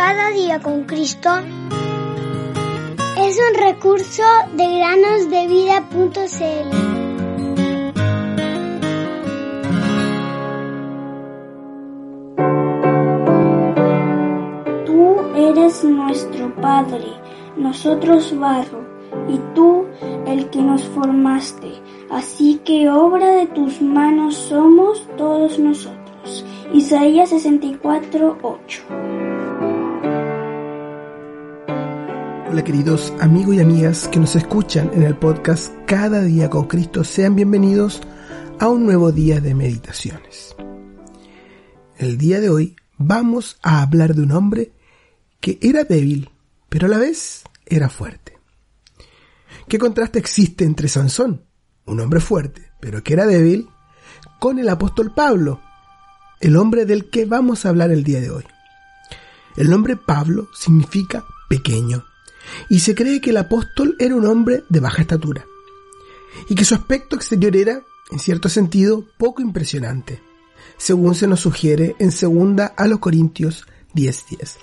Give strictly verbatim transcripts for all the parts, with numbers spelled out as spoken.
Cada día con Cristo es un recurso de granos de vida punto c l. Tú eres nuestro Padre, nosotros barro, y tú el que nos formaste. Así que obra de tus manos somos todos nosotros. Isaías sesenta y cuatro, ocho. Hola queridos amigos y amigas que nos escuchan en el podcast Cada día con Cristo. Sean bienvenidos a un nuevo día de meditaciones. El día de hoy vamos a hablar de un hombre que era débil, pero a la vez era fuerte. ¿Qué contraste existe entre Sansón, un hombre fuerte, pero que era débil, con el apóstol Pablo, el hombre del que vamos a hablar el día de hoy? El nombre Pablo significa pequeño, y se cree que el apóstol era un hombre de baja estatura, y que su aspecto exterior era, en cierto sentido, poco impresionante, según se nos sugiere en segunda a los Corintios diez diez.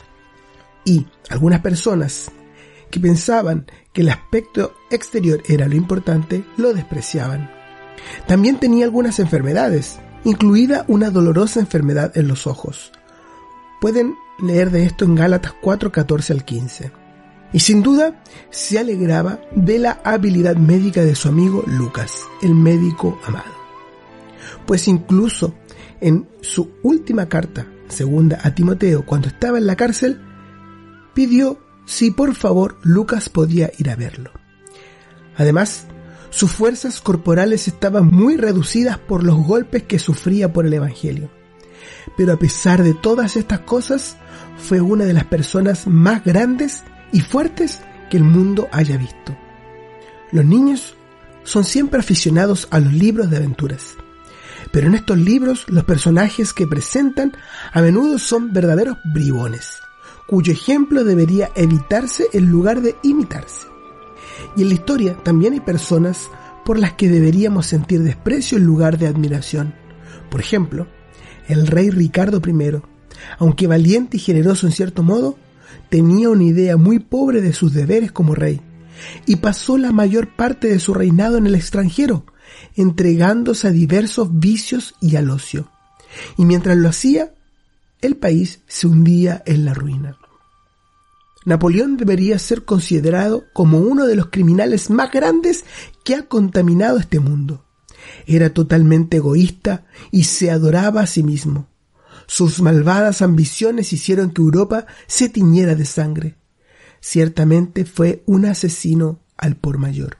Y algunas personas que pensaban que el aspecto exterior era lo importante, lo despreciaban. También tenía algunas enfermedades, incluida una dolorosa enfermedad en los ojos. Pueden leer de esto en Gálatas cuatro, catorce al quince. Y sin duda se alegraba de la habilidad médica de su amigo Lucas, el médico amado. Pues incluso en su última carta, segunda a Timoteo, cuando estaba en la cárcel, pidió si por favor Lucas podía ir a verlo. Además, sus fuerzas corporales estaban muy reducidas por los golpes que sufría por el Evangelio. Pero a pesar de todas estas cosas, fue una de las personas más grandes y fuertes que el mundo haya visto. Los niños son siempre aficionados a los libros de aventuras, pero en estos libros los personajes que presentan a menudo son verdaderos bribones, cuyo ejemplo debería evitarse en lugar de imitarse. Y en la historia también hay personas por las que deberíamos sentir desprecio en lugar de admiración. Por ejemplo, el rey Ricardo primero, aunque valiente y generoso en cierto modo, tenía una idea muy pobre de sus deberes como rey, y pasó la mayor parte de su reinado en el extranjero, entregándose a diversos vicios y al ocio. Y mientras lo hacía, el país se hundía en la ruina. Napoleón debería ser considerado como uno de los criminales más grandes que ha contaminado este mundo. Era totalmente egoísta y se adoraba a sí mismo. Sus malvadas ambiciones hicieron que Europa se tiñera de sangre. Ciertamente fue un asesino al por mayor.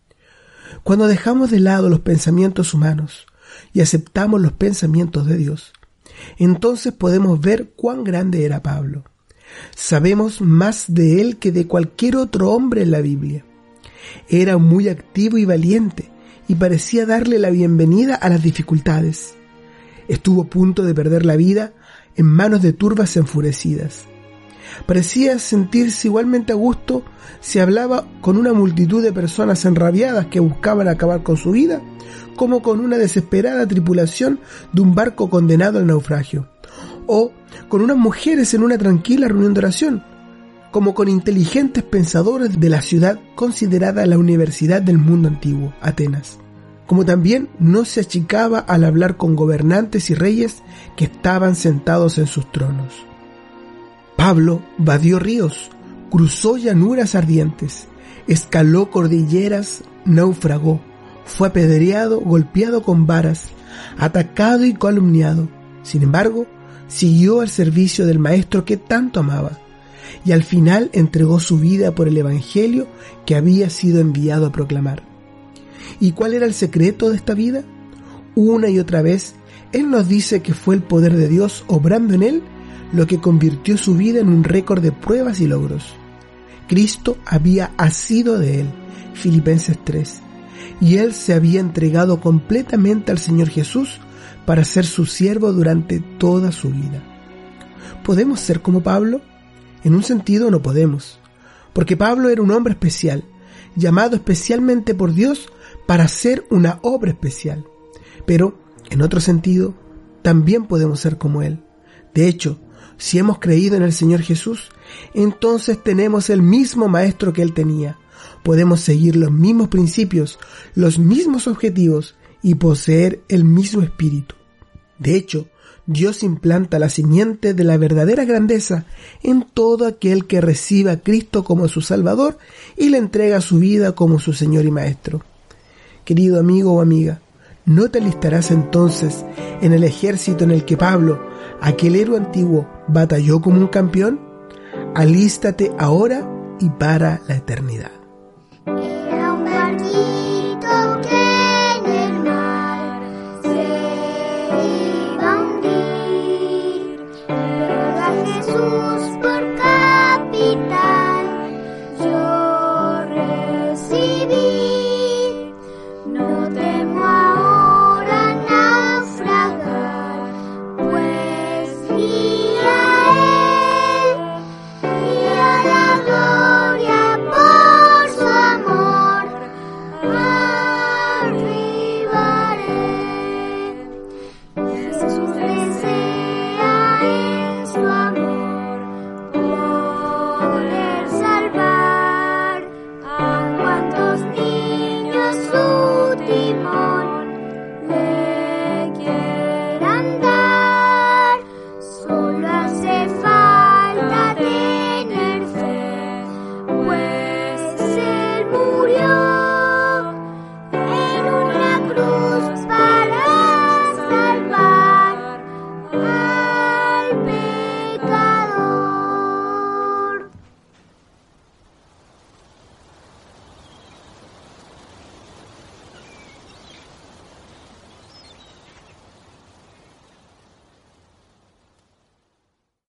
Cuando dejamos de lado los pensamientos humanos y aceptamos los pensamientos de Dios, entonces podemos ver cuán grande era Pablo. Sabemos más de él que de cualquier otro hombre en la Biblia. Era muy activo y valiente y parecía darle la bienvenida a las dificultades. Estuvo a punto de perder la vida en manos de turbas enfurecidas. Parecía sentirse igualmente a gusto si hablaba con una multitud de personas enrabiadas que buscaban acabar con su vida, como con una desesperada tripulación de un barco condenado al naufragio, o con unas mujeres en una tranquila reunión de oración, como con inteligentes pensadores de la ciudad considerada la universidad del mundo antiguo, Atenas. Como también no se achicaba al hablar con gobernantes y reyes que estaban sentados en sus tronos. Pablo vadió ríos, cruzó llanuras ardientes, escaló cordilleras, naufragó, fue apedreado, golpeado con varas, atacado y calumniado. Sin embargo, siguió al servicio del Maestro que tanto amaba, y al final entregó su vida por el Evangelio que había sido enviado a proclamar. ¿Y cuál era el secreto de esta vida? Una y otra vez, Él nos dice que fue el poder de Dios obrando en Él lo que convirtió su vida en un récord de pruebas y logros. Cristo había asido de Él, Filipenses tres, y Él se había entregado completamente al Señor Jesús para ser su siervo durante toda su vida. ¿Podemos ser como Pablo? En un sentido no podemos, porque Pablo era un hombre especial, llamado especialmente por Dios para hacer una obra especial. Pero, en otro sentido, también podemos ser como Él. De hecho, Si hemos creído en el Señor Jesús, entonces tenemos el mismo Maestro que Él tenía. Podemos seguir los mismos principios, los mismos objetivos y poseer el mismo espíritu. De hecho, Dios implanta la simiente de la verdadera grandeza en todo aquel que reciba a Cristo como su Salvador y le entrega su vida como su Señor y Maestro. Querido amigo o amiga, ¿no te alistarás entonces en el ejército en el que Pablo, aquel héroe antiguo, batalló como un campeón? Alístate ahora y para la eternidad. Era un barquito que en el mar se iba a hundir, pero a Jesús por capitán yo recibí. No temo ahora naufragar, pues